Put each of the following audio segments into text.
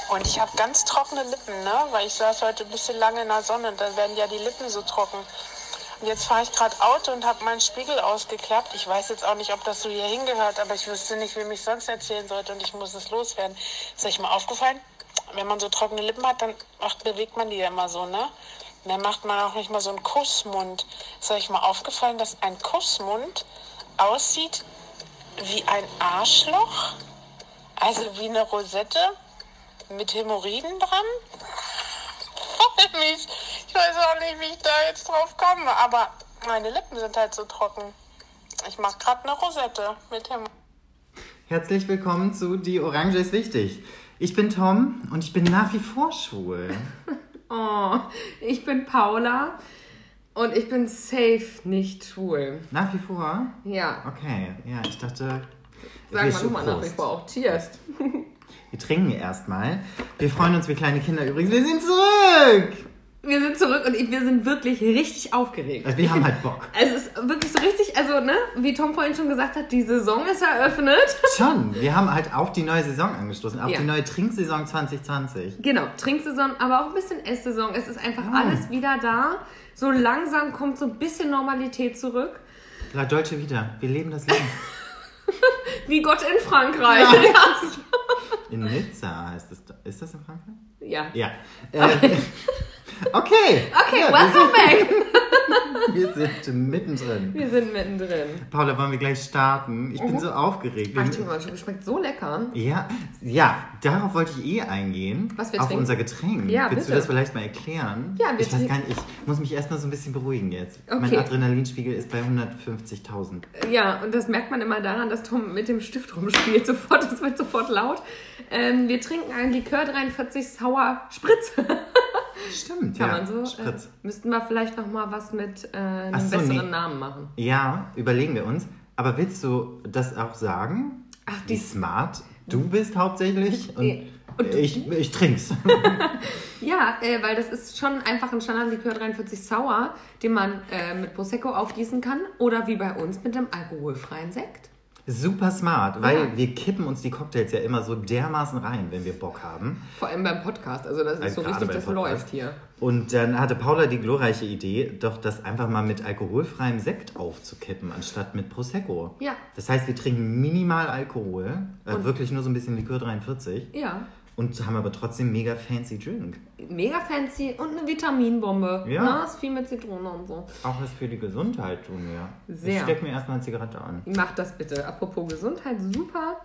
Und ich habe ganz trockene Lippen, ne? Weil ich saß heute ein bisschen lange in der Sonne und dann werden ja die Lippen so trocken. Und jetzt fahre ich gerade Auto und habe meinen Spiegel ausgeklappt. Ich weiß jetzt auch nicht, ob das so hier hingehört, aber ich wüsste nicht, wem ich sonst erzählen sollte und ich muss es loswerden. Ist euch mal aufgefallen, wenn man so trockene Lippen hat, dann bewegt man die ja immer so, ne? Und dann macht man auch nicht mal so einen Kussmund. Ist euch mal aufgefallen, dass ein Kussmund aussieht wie ein Arschloch? Also wie eine Rosette mit Hämorrhoiden dran? Voll mies. Ich weiß auch nicht, wie ich da jetzt drauf komme, aber meine Lippen sind halt so trocken. Ich mache gerade eine Rosette mit Hämorrhoiden. Herzlich willkommen zu Die Orange ist wichtig. Ich bin Tom und ich bin nach wie vor schwul. Oh, ich bin Paula und ich bin safe nicht schwul. Nach wie vor? Ja. Okay, ja, ich dachte... Sagen wir nochmal nach wie vor auch Cheers. Wir trinken erstmal. Wir freuen uns wie kleine Kinder übrigens. Wir sind zurück! Wir sind zurück und wir sind wirklich richtig aufgeregt. Also wir haben halt Bock. Es ist wirklich so richtig, also ne, wie Tom vorhin schon gesagt hat, die Saison ist eröffnet. Schon, wir haben halt auf die neue Saison angestoßen, auf Ja. die neue Trinksaison 2020. Genau, Trinksaison, aber auch ein bisschen Esssaison. Es ist einfach alles wieder da. So langsam kommt so ein bisschen Normalität zurück. La Dolce Vita, wir leben das Leben. Wie Gott in Frankreich. In Nizza heißt es. Ist das in Frankreich? Ja. Ja. Okay. Okay, Ja, welcome back. Wir sind mittendrin. Wir sind mittendrin. Paula, wollen wir gleich starten? Ich bin so aufgeregt. Ach, ich mal, das schmeckt so lecker. Ja, darauf wollte ich eingehen. Was wir auf trinken? unser Getränk. Ja, Willst du bitte. das vielleicht mal erklären? Ja, wir ich weiß trinken- gar nicht, ich muss mich erstmal so ein bisschen beruhigen jetzt. Okay. Mein Adrenalinspiegel ist bei 150.000. Ja, und das merkt man immer daran, dass Tom mit dem Stift rumspielt. Es wird sofort laut. Wir trinken einen Likör 43 Sauer Spritz. Stimmt, Kann ja. man so. Spritz. Müssten wir vielleicht noch mal was mit einem Ach so, besseren nee. Namen machen. Ja, überlegen wir uns. Aber willst du das auch sagen? Ach, Wie smart du bist hauptsächlich? Und, Und du- ich trink's. Ja, weil das ist schon einfach ein Standard-Likör 43 Sauer, den man mit Prosecco aufgießen kann. Oder wie bei uns mit einem alkoholfreien Sekt. Super smart, weil Ja. wir kippen uns die Cocktails ja immer so dermaßen rein, wenn wir Bock haben. Vor allem beim Podcast. Also das ist so Gerade richtig, beim das Podcast. läuft hier. Und dann hatte Paula die glorreiche Idee, doch das einfach mal mit alkoholfreiem Sekt aufzukippen, anstatt mit Prosecco. Ja. Das heißt, wir trinken minimal Alkohol, Und- wirklich nur so ein bisschen Likör 43 Ja. und haben aber trotzdem mega fancy Drink. Mega fancy und eine Vitaminbombe. Ja. Na, ist viel mit Zitrone und so. Auch was für die Gesundheit tun wir. Sehr. Ich steck mir erstmal eine Zigarette an. Mach das bitte. Apropos Gesundheit, super.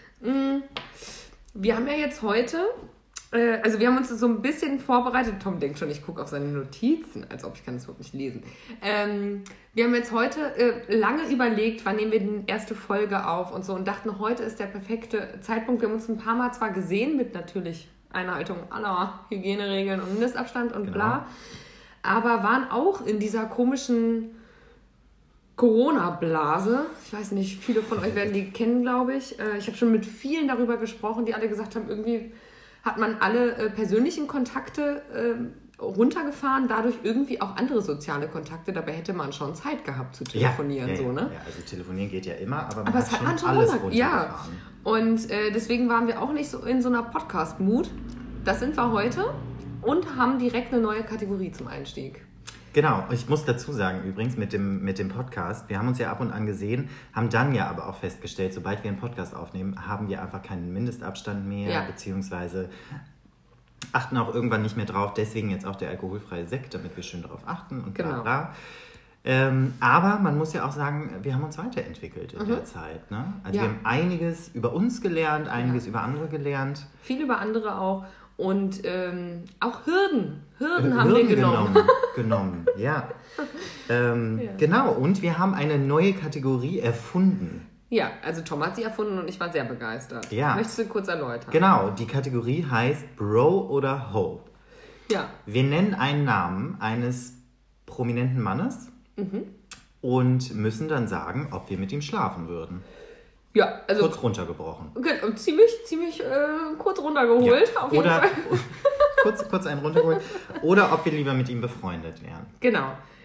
Wir haben ja jetzt heute, also wir haben uns so ein bisschen vorbereitet. Tom denkt schon, ich gucke auf seine Notizen, als ob ich kann das überhaupt nicht lesen. Wir haben jetzt heute lange überlegt, wann nehmen wir die erste Folge auf und so und dachten, heute ist der perfekte Zeitpunkt. Wir haben uns ein paar Mal zwar gesehen mit natürlich Einhaltung aller Hygieneregeln und Mindestabstand und Genau. bla, aber waren auch in dieser komischen Corona-Blase. Ich weiß nicht, viele von euch werden die kennen, glaube ich. Ich habe schon mit vielen darüber gesprochen, die alle gesagt haben, irgendwie hat man alle persönlichen Kontakte runtergefahren, dadurch irgendwie auch andere soziale Kontakte. Dabei hätte man schon Zeit gehabt zu telefonieren. So, ne? Ja, also telefonieren geht ja immer, aber man Aber es hat man schon alles runter. Ja. runtergefahren. Und deswegen waren wir auch nicht so in so einer Podcast-Mut. Das sind wir heute und haben direkt eine neue Kategorie zum Einstieg. Genau, ich muss dazu sagen übrigens mit dem Podcast, wir haben uns ja ab und an gesehen, haben dann ja aber auch festgestellt, sobald wir einen Podcast aufnehmen, haben wir einfach keinen Mindestabstand mehr, Ja. beziehungsweise achten auch irgendwann nicht mehr drauf, deswegen jetzt auch der alkoholfreie Sekt, damit wir schön darauf achten und bla Genau. bla. Aber man muss ja auch sagen, wir haben uns weiterentwickelt in der Zeit. Ne? Also Ja. wir haben einiges über uns gelernt, einiges über andere gelernt. Viel über andere auch. Und auch Hürden haben wir genommen. genommen, ja. Genau, und wir haben eine neue Kategorie erfunden. Ja, also Tom hat sie erfunden und ich war sehr begeistert. Ja. Möchtest du kurz erläutern? Genau, die Kategorie heißt Bro oder Ho. Ja. Wir nennen einen Namen eines prominenten Mannes Mhm. und müssen dann sagen, ob wir mit ihm schlafen würden. Ja, also Kurz runtergebrochen. ziemlich kurz runtergeholt. Ja. Auf jeden Oder Fall. kurz einen runtergeholt. Oder ob wir lieber mit ihm befreundet wären. Genau.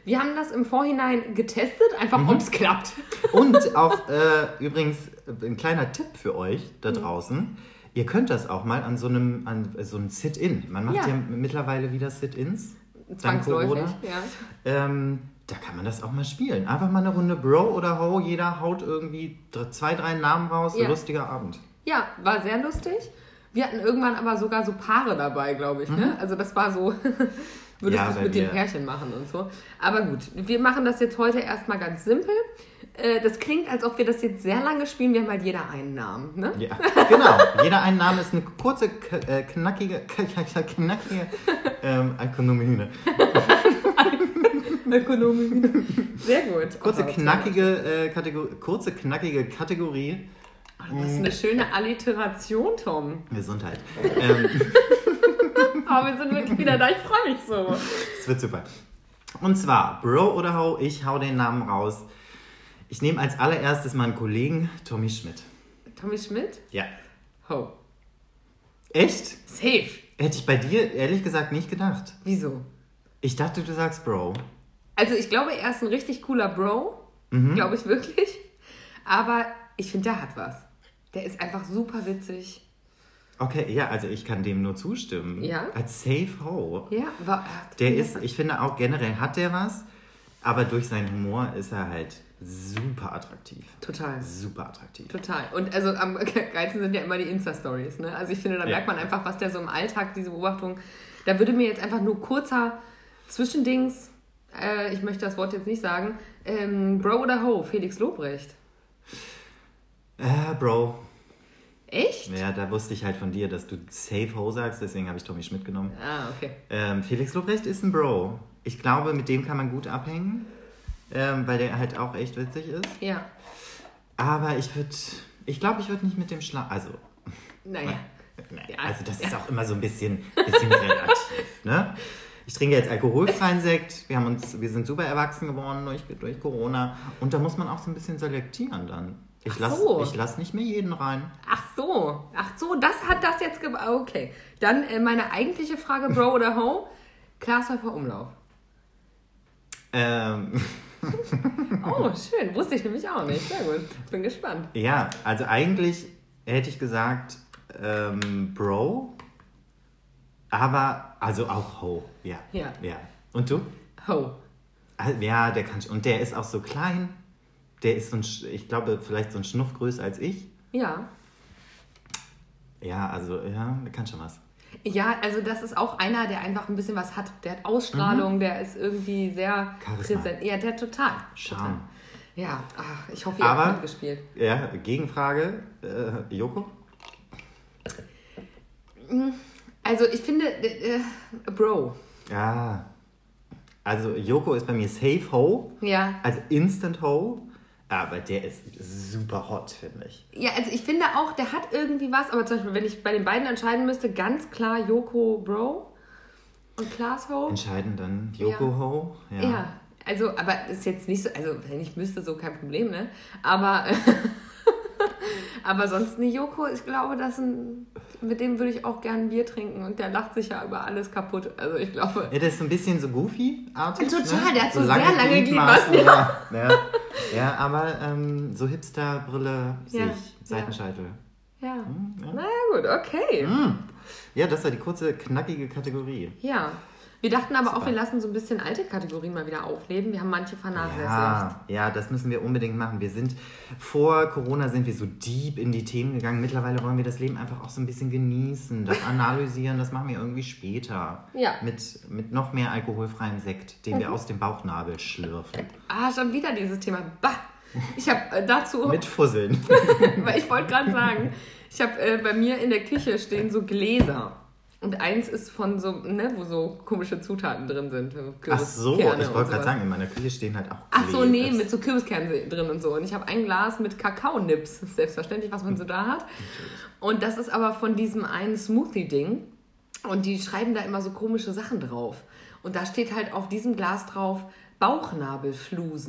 Wir haben das im Vorhinein getestet, einfach ob es klappt. Und auch übrigens ein kleiner Tipp für euch da draußen. Ihr könnt das auch mal an so einem Sit-In. Man macht ja mittlerweile wieder Sit-Ins. Zwangsläufig, ja. Da kann man das auch mal spielen. Einfach mal eine Runde Bro oder Ho. Jeder haut irgendwie 2, 3 Namen raus. Ein lustiger Abend. Ja, war sehr lustig. Wir hatten irgendwann aber sogar so Paare dabei, glaube ich. Ne? Also das war so, würdest du es mit den Pärchen machen und so. Aber gut, wir machen das jetzt heute erstmal ganz simpel. Das klingt, als ob wir das jetzt sehr lange spielen. Wir haben halt jeder einen Namen. Ne? Ja, genau. Jeder einen Namen ist eine kurze, knackige Ökonomie. Sehr gut. Kurze, knackige Kategorie. Das ist eine schöne Alliteration, Tom. Gesundheit. Aber wir sind wirklich wieder da. Ich freue mich so. Es wird super. Und zwar, Bro oder Ho, ich hau den Namen raus. Ich nehme als allererstes meinen Kollegen Tommy Schmidt. Tommy Schmidt? Ja. Ho. Echt? Safe. Hätte ich bei dir ehrlich gesagt nicht gedacht. Wieso? Ich dachte, du sagst Bro. Also ich glaube, er ist ein richtig cooler Bro. Glaube ich wirklich. Aber ich finde, der hat was. Der ist einfach super witzig. Okay, ja, also ich kann dem nur zustimmen. Ja? Als Safe Ho. Ja, Ich finde auch generell hat der was, aber durch seinen Humor ist er halt super attraktiv. Total. Super attraktiv. Total. Und also am geilsten sind ja immer die Insta-Stories. Ne? Also ich finde, da merkt man einfach, was der so im Alltag, diese Beobachtung, da würde mir jetzt einfach nur kurzer Zwischendings, ich möchte das Wort jetzt nicht sagen, Bro oder Ho, Felix Lobrecht. Bro. Echt? Ja, da wusste ich halt von dir, dass du Safe Ho sagst, deswegen habe ich Tommy Schmidt genommen. Ah, okay. Felix Lobrecht ist ein Bro. Ich glaube, mit dem kann man gut abhängen, weil der halt auch echt witzig ist. Ja. Aber ich glaube, ich würde nicht mit dem schlafen. Also, naja. Also das ist auch immer so ein bisschen relativ, ne? Ich trinke jetzt alkoholfreien Sekt. Wir sind super erwachsen geworden durch Corona. Und da muss man auch so ein bisschen selektieren dann. Ich lass nicht mehr jeden rein. Ach so, das hat das jetzt okay. Dann meine eigentliche Frage, Bro oder Ho? Glashäufer Umlauf. Oh, schön. Wusste ich nämlich auch nicht. Sehr gut. Bin gespannt. Ja, also eigentlich hätte ich gesagt Bro, aber also auch Ho. Ja. Und du? Ho. Ja, der kann schon. Und der ist auch so klein. Der ist ich glaube, vielleicht so ein Schnuff größer als ich. Ja. Ja, also, der kann schon was. Ja, also das ist auch einer, der einfach ein bisschen was hat. Der hat Ausstrahlung, der ist irgendwie sehr präsent. Ja, der total. Charme. Ja, ich hoffe, ihr habt mitgespielt. Ja, Gegenfrage, Joko? Also ich finde, Bro. Ja, also Joko ist bei mir Safe Ho. Ja. Also Instant Ho. Aber der ist super hot, finde ich. Ja, also ich finde auch, der hat irgendwie was, aber zum Beispiel, wenn ich bei den beiden entscheiden müsste, ganz klar Joko Bro und Klaas Ho. Entscheiden dann Joko Ho. Ja, also, aber das ist jetzt nicht so, also wenn ich müsste, so kein Problem, ne? Aber sonst nicht Joko, ich glaube, mit dem würde ich auch gerne ein Bier trinken und der lacht sich ja über alles kaputt. Also ich glaube... Ja, der ist so ein bisschen so Goofy-artig. Total, ne? der hat so sehr lange Gliedmaßen. Ja, aber so Hipster-Brille sehe ich, Seitenscheitel. Ja. Naja, gut, okay. Ja, das war die kurze, knackige Kategorie. Ja. Wir dachten aber auch, wir lassen so ein bisschen alte Kategorien mal wieder aufleben. Wir haben manche vernachlässigt. Ja, das müssen wir unbedingt machen. Vor Corona sind wir so deep in die Themen gegangen. Mittlerweile wollen wir das Leben einfach auch so ein bisschen genießen. Das analysieren, das machen wir irgendwie später. Ja. Mit noch mehr alkoholfreiem Sekt, den wir aus dem Bauchnabel schlürfen. Schon wieder dieses Thema. Bah! Ich habe dazu... Mit Fusseln. Weil ich wollte gerade sagen, ich habe bei mir in der Küche stehen so Gläser. Und eins ist von so, wo so komische Zutaten drin sind. Ach so, ich wollte gerade sagen, in meiner Küche stehen halt auch Gläser. Ach so, nee, mit so Kürbiskernen drin und so. Und ich habe ein Glas mit Kakaonips, selbstverständlich, was man so da hat. Und das ist aber von diesem einen Smoothie-Ding. Und die schreiben da immer so komische Sachen drauf. Und da steht halt auf diesem Glas drauf Bauchnabelflusen.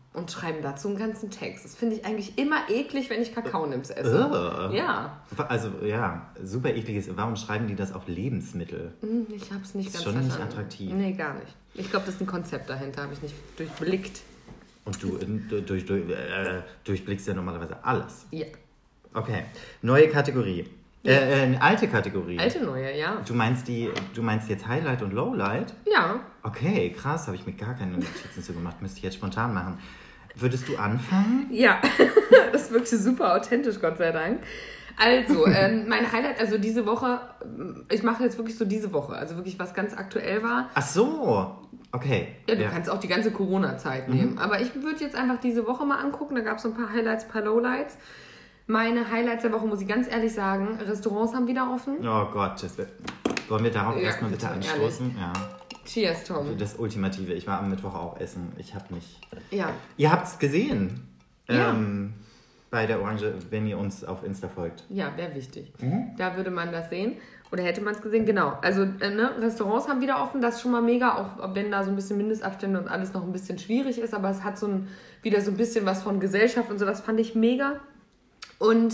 und schreiben dazu einen ganzen Text. Das finde ich eigentlich immer eklig, wenn ich Kakaonips esse. Ja. Also, ja, super ekliges. Warum schreiben die das auf Lebensmittel? Ich habe es nicht ganz verstanden. Ist verstanden. schon nicht attraktiv. Nee, gar nicht. Ich glaube, das ist ein Konzept dahinter, habe ich nicht durchblickt. Und du durchblickst ja normalerweise alles. Ja. Okay, neue Kategorie. Alte Kategorie. Alte, neue, ja. Du meinst jetzt Highlight und Lowlight? Ja. Okay, krass, habe ich mir gar keine Notizen zu gemacht. Müsste ich jetzt spontan machen. Würdest du anfangen? Ja, das wirkte super authentisch, Gott sei Dank. Also, mein Highlight, also diese Woche, ich mache jetzt wirklich so diese Woche, also wirklich was ganz aktuell war. Ach so, okay. Ja, du kannst auch die ganze Corona-Zeit nehmen. Aber ich würde jetzt einfach diese Woche mal angucken, da gab es so ein paar Highlights, ein paar Lowlights. Meine Highlights der Woche, muss ich ganz ehrlich sagen, Restaurants haben wieder offen. Oh Gott, wollen wir darauf erstmal bitte anstoßen? Ja. Cheers, Tom. Das Ultimative. Ich war am Mittwoch auch essen. Ich habe nicht... Ja. Ihr habt es gesehen. Ja. Bei der Orange, wenn ihr uns auf Insta folgt. Ja, wäre wichtig. Da würde man das sehen. Oder hätte man es gesehen, genau. Also Restaurants haben wieder offen, das ist schon mal mega, auch wenn da so ein bisschen Mindestabstände und alles noch ein bisschen schwierig ist, aber es hat wieder so ein bisschen was von Gesellschaft und so, das fand ich mega. Und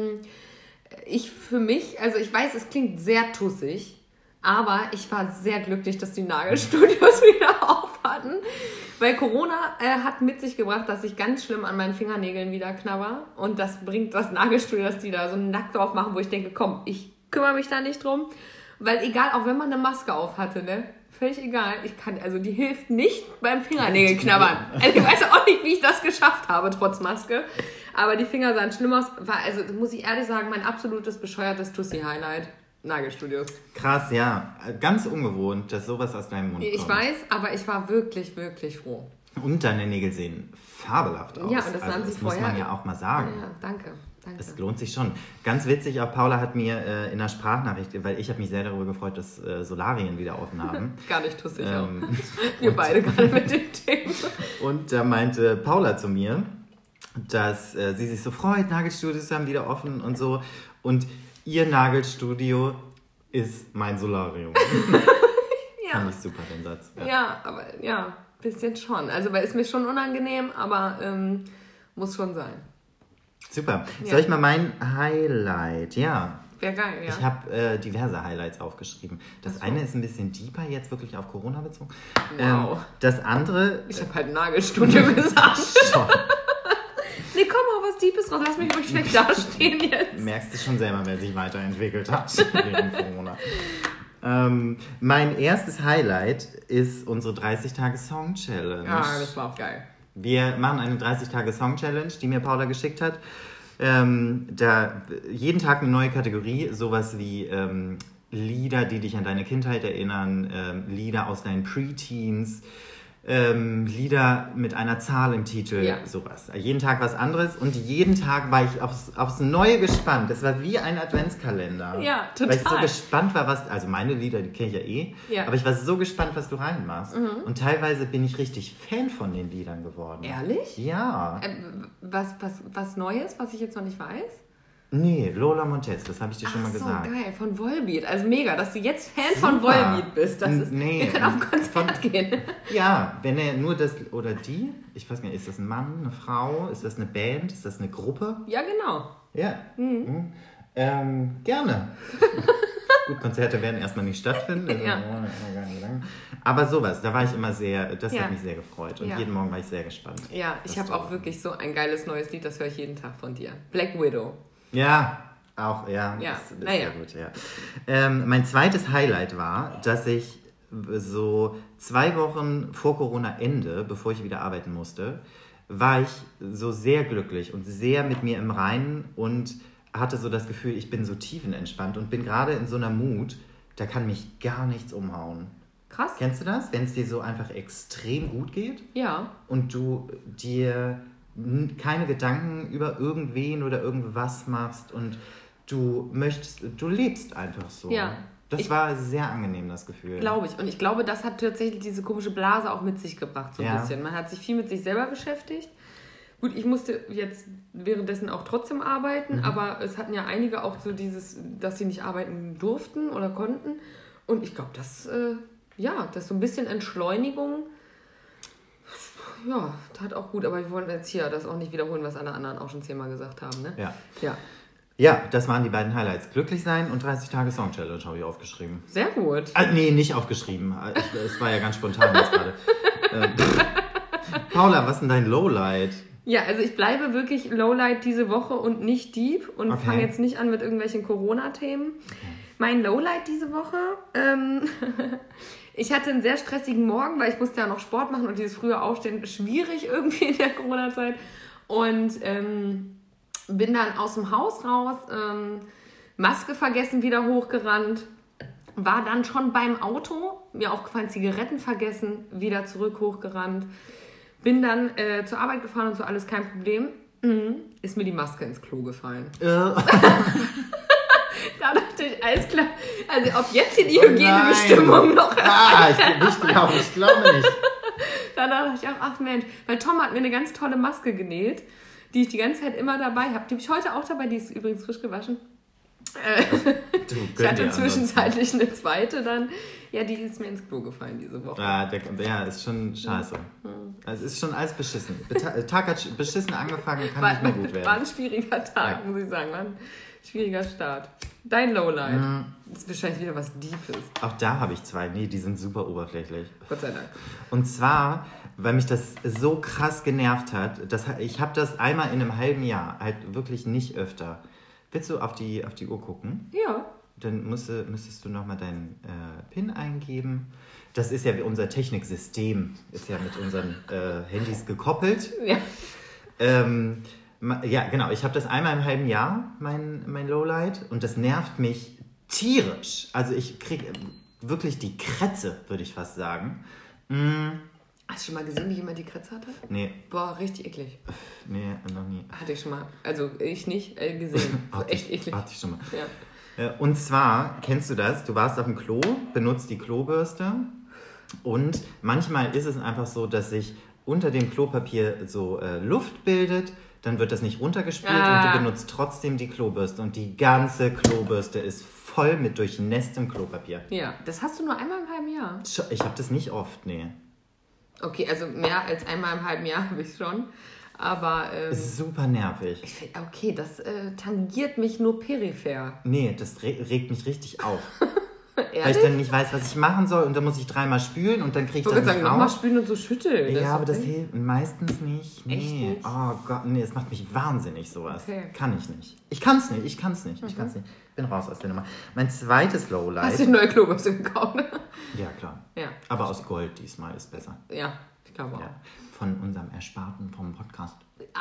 ich für mich, also ich weiß, es klingt sehr tussig, aber ich war sehr glücklich, dass die Nagelstudios wieder auf hatten, weil Corona hat mit sich gebracht, dass ich ganz schlimm an meinen Fingernägeln wieder knabber und das bringt das Nagelstudio, dass die da so einen Nack drauf machen, wo ich denke, komm, ich kümmere mich da nicht drum, weil egal, auch wenn man eine Maske auf hatte, ne, völlig egal, die hilft nicht beim Fingernägelknabbern. Also ich weiß auch nicht, wie ich das geschafft habe, trotz Maske, aber die Finger sahen schlimm aus, muss ich ehrlich sagen, mein absolutes bescheuertes Tussi-Highlight. Nagelstudios. Krass, ja. Ganz ungewohnt, dass sowas aus deinem Mund kommt. Ich weiß, aber ich war wirklich, wirklich froh. Und deine Nägel sehen fabelhaft aus. Ja, und das sahen sie vorher. Muss man ja auch mal sagen. Ja, danke. Es lohnt sich schon. Ganz witzig, auch Paula hat mir in einer Sprachnachricht, weil ich habe mich sehr darüber gefreut, dass Solarien wieder offen haben. Gar nicht tussig auch. Wir beide gerade mit dem Thema. Und da meinte Paula zu mir, dass sie sich so freut, Nagelstudios haben wieder offen und so. Und ihr Nagelstudio ist mein Solarium. Ja. Fand ich super, den Satz. Ja, aber ein bisschen schon. Also, weil ist mir schon unangenehm, aber muss schon sein. Super. Ja. Soll ich mal mein Highlight? Ja. Wäre geil, ja. Ich habe diverse Highlights aufgeschrieben. Das eine ist ein bisschen deeper, jetzt wirklich auf Corona bezogen. Wow. Das andere... Ich habe halt ein Nagelstudio gesagt. Schon. Nee, komm mal, was Deepes raus. Lass mich ruhig schlecht dastehen jetzt. Merkst du schon selber, wer sich weiterentwickelt hat während Corona. Mein erstes Highlight ist unsere 30-Tage-Song-Challenge. Ja, das war auch geil. Wir machen eine 30-Tage-Song-Challenge, die mir Paula geschickt hat. Jeden Tag eine neue Kategorie, sowas wie Lieder, die dich an deine Kindheit erinnern, Lieder aus deinen Pre-Teens, Lieder mit einer Zahl im Titel, sowas. Jeden Tag was anderes und jeden Tag war ich aufs Neue gespannt. Das war wie ein Adventskalender. Ja, total. Weil ich so gespannt war, also meine Lieder, die kenne ich ja aber ich war so gespannt, was du reinmachst. Und teilweise bin ich richtig Fan von den Liedern geworden. Ehrlich? Ja. Was Neues, was ich jetzt noch nicht weiß? Nee, Lola Montez, das habe ich dir schon mal gesagt. Ach so, geil, von Volbeat. Also mega, dass du jetzt Fan von Volbeat bist. Wir können auf ein Konzert gehen. Ja, wenn er nur das oder die, ich weiß gar nicht, ist das ein Mann, eine Frau, ist das eine Band, ist das eine Gruppe? Ja, genau. Ja, gerne. Gut, Konzerte werden erstmal nicht stattfinden. Aber sowas, da war ich immer das hat mich sehr gefreut. Und jeden Morgen war ich sehr gespannt. Ja, ich habe auch wirklich so ein geiles neues Lied, das höre ich jeden Tag von dir. Black Widow. Ja, auch, ja. Das ist sehr gut, ja. Mein zweites Highlight war, dass ich so 2 Wochen vor Corona-Ende, bevor ich wieder arbeiten musste, war ich so sehr glücklich und sehr mit mir im Reinen und hatte so das Gefühl, ich bin so tiefenentspannt und bin gerade in so einer Mut, da kann mich gar nichts umhauen. Krass. Kennst du das? Wenn es dir so einfach extrem gut geht? Ja. Und du dir keine Gedanken über irgendwen oder irgendwas machst und du lebst einfach so. Ja. Das war sehr angenehm, das Gefühl. Glaube ich. Und ich glaube, das hat tatsächlich diese komische Blase auch mit sich gebracht, so ein bisschen. Man hat sich viel mit sich selber beschäftigt. Gut, ich musste jetzt währenddessen auch trotzdem arbeiten, aber es hatten ja einige auch so dass sie nicht arbeiten durften oder konnten. Und ich glaube, das ist so ein bisschen Entschleunigung. Ja, tat auch gut, aber wir wollen jetzt hier das auch nicht wiederholen, was alle anderen auch schon 10-mal gesagt haben, ne? Ja. Ja, das waren die beiden Highlights. Glücklich sein und 30 Tage Song Challenge habe ich aufgeschrieben. Sehr gut. Nee, nicht aufgeschrieben. Es war ja ganz spontan jetzt gerade. Paula, was ist denn dein Lowlight? Ja, also ich bleibe wirklich Lowlight diese Woche und nicht deep und fange jetzt nicht an mit irgendwelchen Corona-Themen. Mein Lowlight diese Woche, ich hatte einen sehr stressigen Morgen, weil ich musste ja noch Sport machen und dieses frühe Aufstehen schwierig irgendwie in der Corona-Zeit. Und bin dann aus dem Haus raus, Maske vergessen, wieder hochgerannt. War dann schon beim Auto, mir aufgefallen, Zigaretten vergessen, wieder zurück hochgerannt. Bin dann zur Arbeit gefahren und so, alles kein Problem. Ist mir die Maske ins Klo gefallen. Da dachte ich, alles klar. Also ob jetzt hier die Hygienebestimmung noch... ich glaube nicht. Da dachte ich auch, ach Mensch, weil Tom hat mir eine ganz tolle Maske genäht, die ich die ganze Zeit immer dabei habe. Die habe ich heute auch dabei, die ist übrigens frisch gewaschen. Ich hatte zwischenzeitlich eine zweite dann. Ja, die ist mir ins Klo gefallen diese Woche. Ja, ist schon scheiße. Also es ist schon alles beschissen. Tag hat beschissen angefangen, kann nicht mehr gut werden. War ein schwieriger Tag, muss ich sagen. War ein schwieriger Start. Dein Lowlight. Das ist wahrscheinlich wieder was Deepes. Auch da habe ich 2. Nee, die sind super oberflächlich. Gott sei Dank. Und zwar, weil mich das so krass genervt hat, ich habe das einmal in einem halben Jahr, halt wirklich nicht öfter. Willst du auf die Uhr gucken? Ja. Dann müsstest du nochmal deinen PIN eingeben. Das ist ja unser Techniksystem, ist ja mit unseren Handys gekoppelt. Ja. Ja, genau. Ich habe das einmal im halben Jahr, mein Lowlight. Und das nervt mich tierisch. Also ich kriege wirklich die Krätze, würde ich fast sagen. Hast du schon mal gesehen, wie jemand die Krätze hatte? Nee. Boah, richtig eklig. Nee, noch nie. Hatte ich schon mal. Also ich nicht gesehen. Echt eklig. Hatte ich schon mal. Ja. Und zwar, kennst du das? Du warst auf dem Klo, benutzt die Klobürste und manchmal ist es einfach so, dass sich unter dem Klopapier so Luft bildet, dann wird das nicht runtergespült und du benutzt trotzdem die Klobürste und die ganze Klobürste ist voll mit durchnässtem Klopapier. Ja, das hast du nur einmal im halben Jahr? Ich habe das nicht oft, nee. Okay, also mehr als einmal im halben Jahr habe ich schon. Aber. Ist super nervig. Okay, das tangiert mich nur peripher. Nee, das regt mich richtig auf. Weil ich dann nicht weiß, was ich machen soll und dann muss ich 3-mal spülen und dann kriege ich das nicht raus. nochmal spülen und so schütteln. Ja, aber das hilft meistens nicht. Nee. Echt nicht? Oh Gott, nee, es macht mich wahnsinnig, sowas. Okay. Kann ich nicht. Ich kann es nicht. Ich bin raus aus der Nummer. Mein zweites Lowlight... Hast du eine neue Klobürste gekauft? Ja, klar. Ja. Aber aus Gold diesmal ist besser. Ja, ich glaube auch. Ja. Von unserem Ersparten vom Podcast.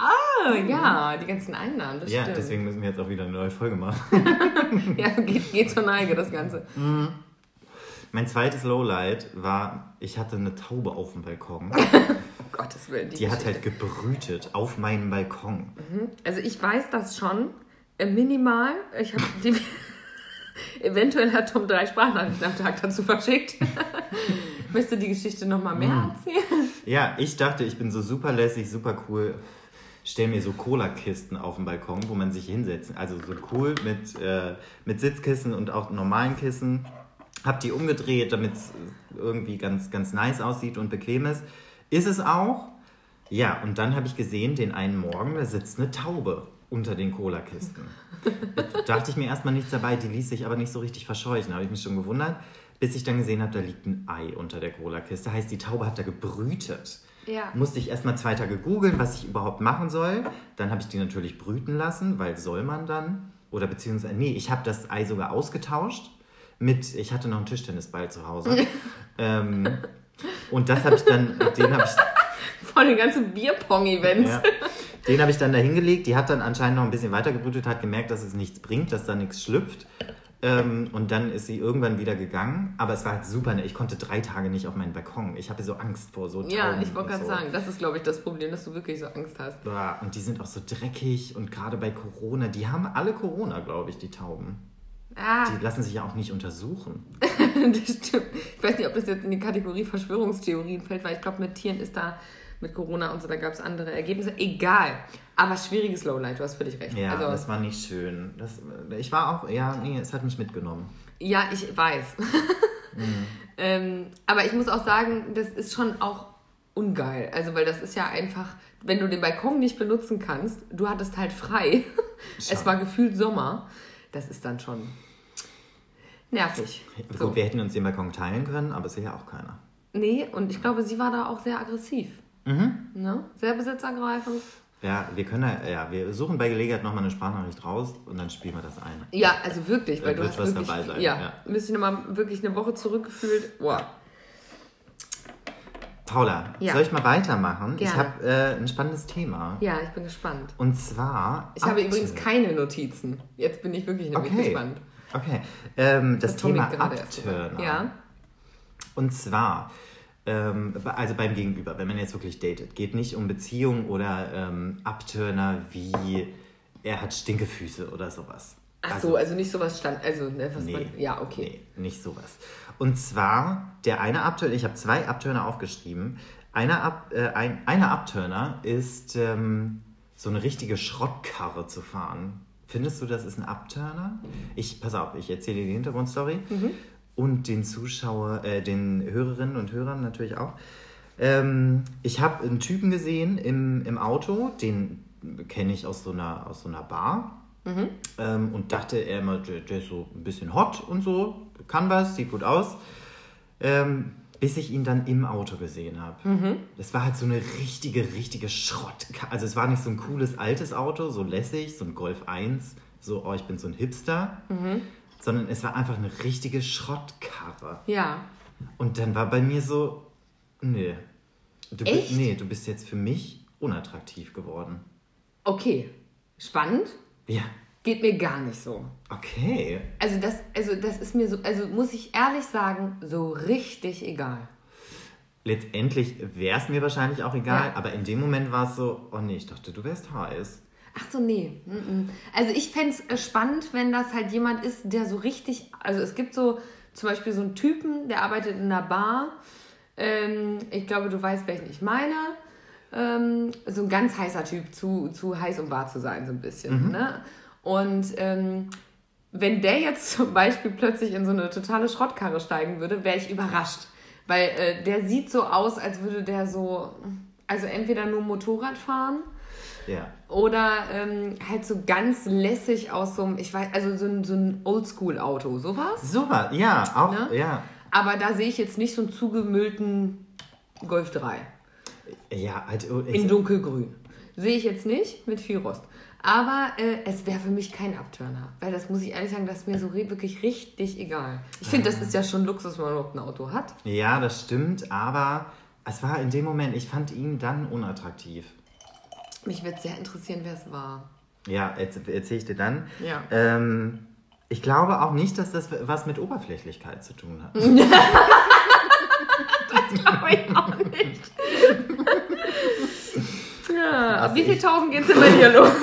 Ja, die ganzen Einnahmen, das stimmt. Ja, deswegen müssen wir jetzt auch wieder eine neue Folge machen. Ja, geht zur Neige, das Ganze. Mein zweites Lowlight war, ich hatte eine Taube auf dem Balkon. Gottes Willen. Die hat halt gebrütet auf meinem Balkon. Also ich weiß das schon, minimal. Ich habe die... Eventuell hat Tom 3 Sprachnachrichten am Tag dazu verschickt. Möchtest du die Geschichte nochmal mehr erzählen? Ja, ich dachte, ich bin so super lässig, super cool. Stell mir so Cola-Kisten auf den Balkon, wo man sich hinsetzt. Also so cool mit Sitzkissen und auch normalen Kissen. Hab die umgedreht, damit es irgendwie ganz, ganz nice aussieht und bequem ist. Ist es auch. Ja, und dann habe ich gesehen, den einen Morgen, da sitzt eine Taube unter den Cola-Kisten. Da dachte ich mir erstmal nichts dabei, die ließ sich aber nicht so richtig verscheuchen. Da habe ich mich schon gewundert, bis ich dann gesehen habe, da liegt ein Ei unter der Cola-Kiste. Heißt, die Taube hat da gebrütet. Ja. Musste ich erstmal 2 Tage googeln, was ich überhaupt machen soll. Dann habe ich die natürlich brüten lassen, weil soll man dann? Oder beziehungsweise, nee, ich habe das Ei sogar ausgetauscht ich hatte noch einen Tischtennisball zu Hause. Und das habe ich dann, Vor den ganzen Bierpong-Events. Ja, den habe ich dann da hingelegt. Die hat dann anscheinend noch ein bisschen weiter gebrütet, hat gemerkt, dass es nichts bringt, dass da nichts schlüpft. Und dann ist sie irgendwann wieder gegangen. Aber es war halt super. Ich konnte 3 Tage nicht auf meinen Balkon. Ich hatte so Angst vor so Tauben. Ja, ich wollte gerade sagen, das ist, glaube ich, das Problem, dass du wirklich so Angst hast. Ja, und die sind auch so dreckig. Und gerade bei Corona, die haben alle Corona, glaube ich, die Tauben. Die lassen sich ja auch nicht untersuchen. Das stimmt. Ich weiß nicht, ob das jetzt in die Kategorie Verschwörungstheorien fällt, weil ich glaube, mit Tieren ist da, mit Corona und so, da gab es andere Ergebnisse. Egal. Aber schwieriges Lowlight, du hast völlig recht. Ja, also, das war nicht schön. Ich war auch, es hat mich mitgenommen. Ja, ich weiß. Aber ich muss auch sagen, das ist schon auch ungeil. Also, weil das ist ja einfach, wenn du den Balkon nicht benutzen kannst, du hattest halt frei. Es war gefühlt Sommer. Das ist dann schon nervig. So. Gut, wir hätten uns den Balkon teilen können, aber es will ja auch keiner. Nee, und ich glaube, sie war da auch sehr aggressiv. Ne? Sehr besitzergreifend. Ja, wir suchen bei Gelegenheit nochmal eine Sprachnachricht raus und dann spielen wir das ein. Ja, also wirklich, weil du hast was wirklich, dabei sein. Ja, müsste ich nochmal wirklich eine Woche zurückgefühlt. Boah. Paula, soll ich mal weitermachen? Gerne. Ich habe ein spannendes Thema. Ja, ich bin gespannt. Und zwar... Ich habe übrigens keine Notizen. Jetzt bin ich wirklich nämlich gespannt. Okay, das Thema Abturner. Ja. Und zwar, also beim Gegenüber, wenn man jetzt wirklich datet, geht nicht um Beziehung oder Abturner wie er hat Stinkefüße oder sowas. Ach so, also nicht sowas Nee, nicht sowas. Und zwar, der eine Abturner, ich habe 2 Abturner aufgeschrieben. Einer Abturner ist, so eine richtige Schrottkarre zu fahren. Findest du, das ist ein Abturner? Pass auf, ich erzähle dir die Hintergrundstory. Und den den Hörerinnen und Hörern natürlich auch. Ich habe einen Typen gesehen im Auto, den kenne ich aus so einer Bar. Und dachte er immer, der ist so ein bisschen hot und so, kann was, sieht gut aus. Bis ich ihn dann im Auto gesehen habe. Das war halt so eine richtige Schrott. Also es war nicht so ein cooles altes Auto, so lässig, so ein Golf 1, so, oh, ich bin so ein Hipster. Sondern es war einfach eine richtige Schrottkarre. Ja. Und dann war bei mir so, nee. Echt? Du bist jetzt für mich unattraktiv geworden. Okay. Spannend. Ja. Geht mir gar nicht so. Okay. Also das ist mir so, also muss ich ehrlich sagen, so richtig egal. Letztendlich wäre es mir wahrscheinlich auch egal, aber in dem Moment war es so, oh nee, ich dachte, du wärst heiß. Ach so, nee. Also ich fände es spannend, wenn das halt jemand ist, der so richtig, also es gibt so zum Beispiel so einen Typen, der arbeitet in einer Bar. Ich glaube, du weißt, welchen ich meine. So ein ganz heißer Typ, zu heiß, um wahr zu sein, so ein bisschen. Ne? Und wenn der jetzt zum Beispiel plötzlich in so eine totale Schrottkarre steigen würde, wäre ich überrascht. Weil der sieht so aus, als würde der so, also entweder nur Motorrad fahren, oder halt so ganz lässig aus so einem, ich weiß, also so ein Oldschool-Auto, sowas? Sowas, ja, auch, ne? Ja. Aber da sehe ich jetzt nicht so einen zugemüllten Golf 3. Ja, halt. In dunkelgrün. Sehe ich jetzt nicht, mit viel Rost. Aber es wäre für mich kein Abturner. Weil das muss ich ehrlich sagen, das ist mir so wirklich richtig egal. Ich finde, das ist ja schon Luxus, wenn man überhaupt ein Auto hat. Ja, das stimmt, aber es war in dem Moment, ich fand ihn dann unattraktiv. Mich würde sehr interessieren, wer es war. Ja, erzähle ich dir dann. Ja. Ich glaube auch nicht, dass das was mit Oberflächlichkeit zu tun hat. Das glaube ich auch nicht. Ja, ab wie viel 1000 geht es denn bei dir los?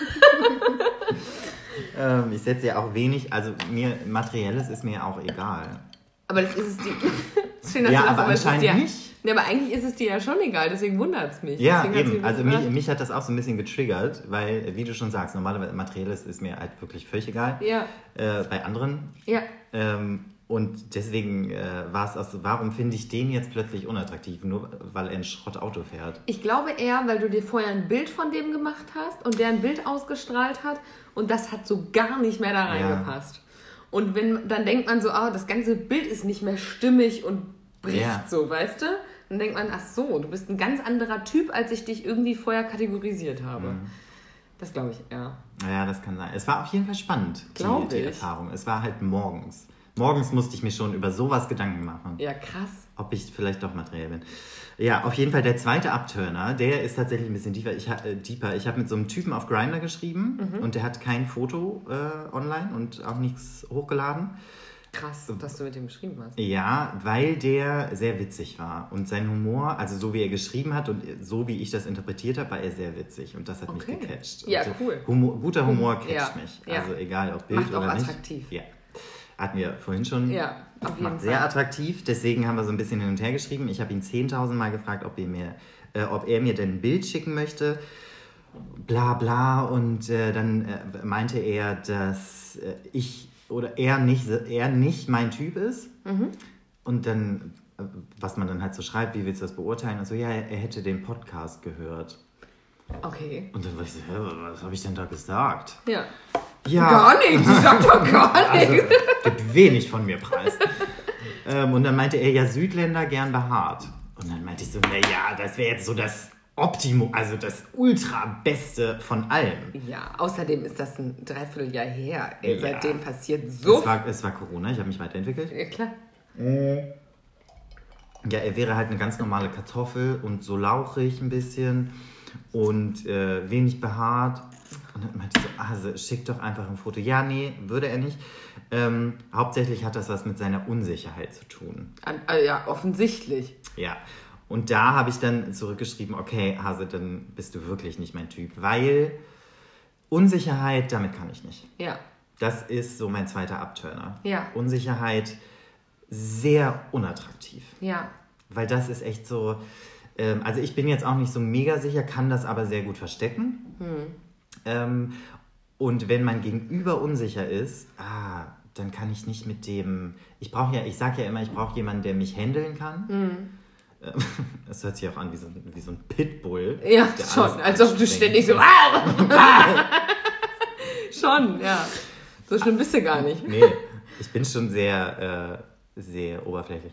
Ich setze ja auch wenig, also Materielles ist mir auch egal. Aber das ist es dir. Schön, dass ja, du das, aber anscheinend nicht. Ja, aber eigentlich ist es dir ja schon egal, deswegen wundert es mich. Ja, eben. Also mich hat das auch so ein bisschen getriggert, weil, wie du schon sagst, normalerweise Materielles ist mir halt wirklich völlig egal. Ja. Bei anderen. Ja. Und deswegen war es auch so, warum finde ich den jetzt plötzlich unattraktiv, nur weil er ein Schrottauto fährt? Ich glaube eher, weil du dir vorher ein Bild von dem gemacht hast und der ein Bild ausgestrahlt hat und das hat so gar nicht mehr da reingepasst. Und dann denkt man so, das ganze Bild ist nicht mehr stimmig und bricht so, weißt du? Dann denkt man, ach so, du bist ein ganz anderer Typ, als ich dich irgendwie vorher kategorisiert habe. Das glaube ich, ja. Naja, das kann sein. Es war auf jeden Fall spannend, die Erfahrung. Es war halt morgens. Morgens musste ich mir schon über sowas Gedanken machen. Ja, krass. Ob ich vielleicht doch materiell bin. Ja, auf jeden Fall der zweite Abturner, der ist tatsächlich ein bisschen tiefer. Ich habe mit so einem Typen auf Grindr geschrieben und der hat kein Foto online und auch nichts hochgeladen. Krass, dass du mit dem geschrieben hast. Ja, weil der sehr witzig war. Und sein Humor, also so wie er geschrieben hat und so wie ich das interpretiert habe, war er sehr witzig. Und das hat mich gecatcht. Ja, also, cool. Guter Humor catcht mich. Also egal, ob Bild macht oder nicht. Macht auch attraktiv. Ja. Hatten wir vorhin schon. Ja, auf jeden Macht sehr attraktiv. Deswegen haben wir so ein bisschen hin und her geschrieben. Ich habe ihn 10.000 Mal gefragt, ob er mir denn ein Bild schicken möchte. Bla bla. Und dann meinte er, dass er nicht mein Typ ist. Und dann was man dann halt so schreibt, wie willst du das beurteilen? Also ja, er hätte den Podcast gehört. Okay. Und dann war ich so, was habe ich denn da gesagt? Ja. Gar nichts, ich sag doch gar nichts. Also, gibt wenig von mir preis. Und dann meinte er, ja, Südländer gern behaart. Und dann meinte ich so, naja, das wäre jetzt so das Optimum, also das Ultra-Beste von allem. Ja, außerdem ist das ein Dreivierteljahr her. Seitdem passiert so... Es war Corona, ich habe mich weiterentwickelt. Ja, klar. Ja, er wäre halt eine ganz normale Kartoffel und so lauchig ein bisschen und wenig behaart. Und dann meinte ich so, also schick doch einfach ein Foto. Ja, nee, würde er nicht. Hauptsächlich hat das was mit seiner Unsicherheit zu tun. Ja, offensichtlich. Ja, und da habe ich dann zurückgeschrieben, okay, Hase, dann bist du wirklich nicht mein Typ, weil Unsicherheit, damit kann ich nicht. Ja. Das ist so mein zweiter Abturner. Ja. Unsicherheit, sehr unattraktiv. Ja. Weil das ist echt so, also ich bin jetzt auch nicht so mega sicher, kann das aber sehr gut verstecken. Und wenn mein Gegenüber unsicher ist, dann kann ich nicht mit dem, ich sage ja immer, ich brauche jemanden, der mich handeln kann. Das hört sich auch an wie so ein Pitbull. Ja, schon, als ob du ständig so... Schon, ja. So schlimm bist du gar nicht. Nee, ich bin schon sehr oberflächlich.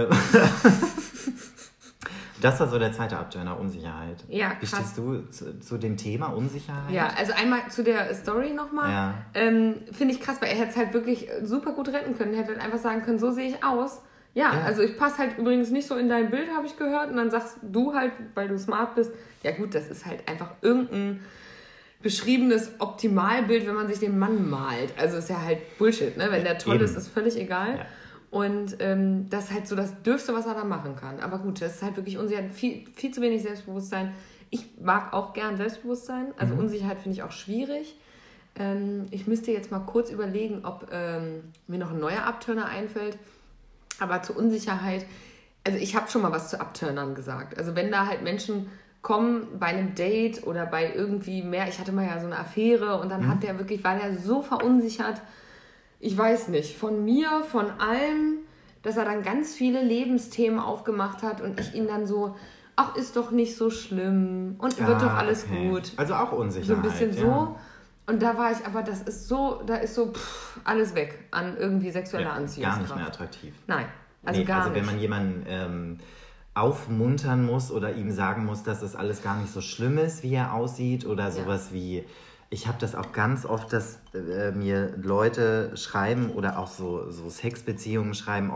Das war so der zweite Abturner, Unsicherheit. Ja, krass. Wie stehst du zu dem Thema Unsicherheit? Ja, also einmal zu der Story nochmal. Ja. Finde ich krass, weil er hätte es halt wirklich super gut retten können. Er hätte halt einfach sagen können, so sehe ich aus. Ja, also ich passe halt übrigens nicht so in dein Bild, habe ich gehört. Und dann sagst du halt, weil du smart bist, ja gut, das ist halt einfach irgendein beschriebenes Optimalbild, wenn man sich den Mann malt. Also ist ja halt Bullshit, ne? Wenn der toll ist völlig egal. Ja. Und das ist halt so das Dürfste, was er da machen kann. Aber gut, das ist halt wirklich Unsicherheit, viel zu wenig Selbstbewusstsein. Ich mag auch gern Selbstbewusstsein. Also Unsicherheit finde ich auch schwierig. Ich müsste jetzt mal kurz überlegen, ob mir noch ein neuer Abturner einfällt. Aber zur Unsicherheit, also ich habe schon mal was zu Abturnern gesagt. Also wenn da halt Menschen kommen bei einem Date oder bei irgendwie mehr, ich hatte mal ja so eine Affäre und dann war der so verunsichert, ich weiß nicht, von mir, von allem, dass er dann ganz viele Lebensthemen aufgemacht hat und ich ihn dann so, ach, ist doch nicht so schlimm und wird doch alles gut. Also auch Unsicherheit. So ein bisschen so. Und da war ich, aber da ist so alles weg an irgendwie sexueller Anziehungskraft. Gar nicht mehr attraktiv. Nein, also gar nicht. Also wenn man jemanden aufmuntern muss oder ihm sagen muss, dass das alles gar nicht so schlimm ist, wie er aussieht oder sowas wie... Ich habe das auch ganz oft, dass mir Leute schreiben oder auch so Sexbeziehungen schreiben,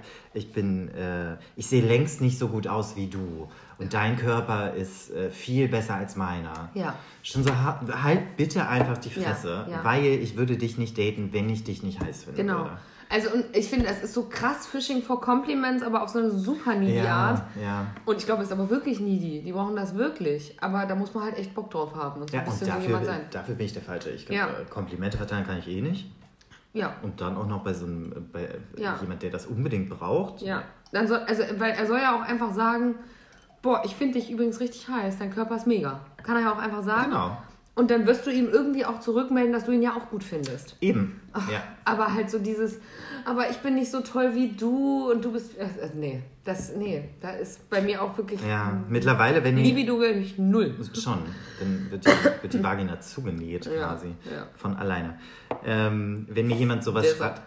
ich sehe längst nicht so gut aus wie du und dein Körper ist viel besser als meiner. Ja. Schon so, halt bitte einfach die Fresse, weil ich würde dich nicht daten, wenn ich dich nicht heiß finde. Genau. Also und ich finde, das ist so krass Fishing for Compliments, aber auf so eine super needy Art. Ja. Und ich glaube, es ist aber wirklich needy. Die brauchen das wirklich. Aber da muss man halt echt Bock drauf haben. Und so ein bisschen so jemand sein. Dafür bin ich der Falsche. Ich glaube, Komplimente verteilen kann ich eh nicht. Ja. Und dann auch noch bei jemand, der das unbedingt braucht. Ja. Weil er soll ja auch einfach sagen, boah, ich finde dich übrigens richtig heiß, dein Körper ist mega. Kann er ja auch einfach sagen. Genau. Und dann wirst du ihm irgendwie auch zurückmelden, dass du ihn ja auch gut findest. Eben, Aber halt so dieses, aber ich bin nicht so toll wie du und du bist, da ist bei mir auch wirklich... Ja, mittlerweile, wenn Libido wirklich null. Schon, dann wird die Vagina zugenäht quasi, von alleine. Wenn mir jemand sowas schreibt...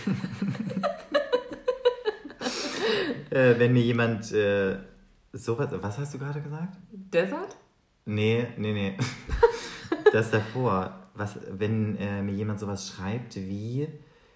wenn mir jemand sowas... Was hast du gerade gesagt? Desert? Nee. Das davor, wenn mir jemand sowas schreibt wie,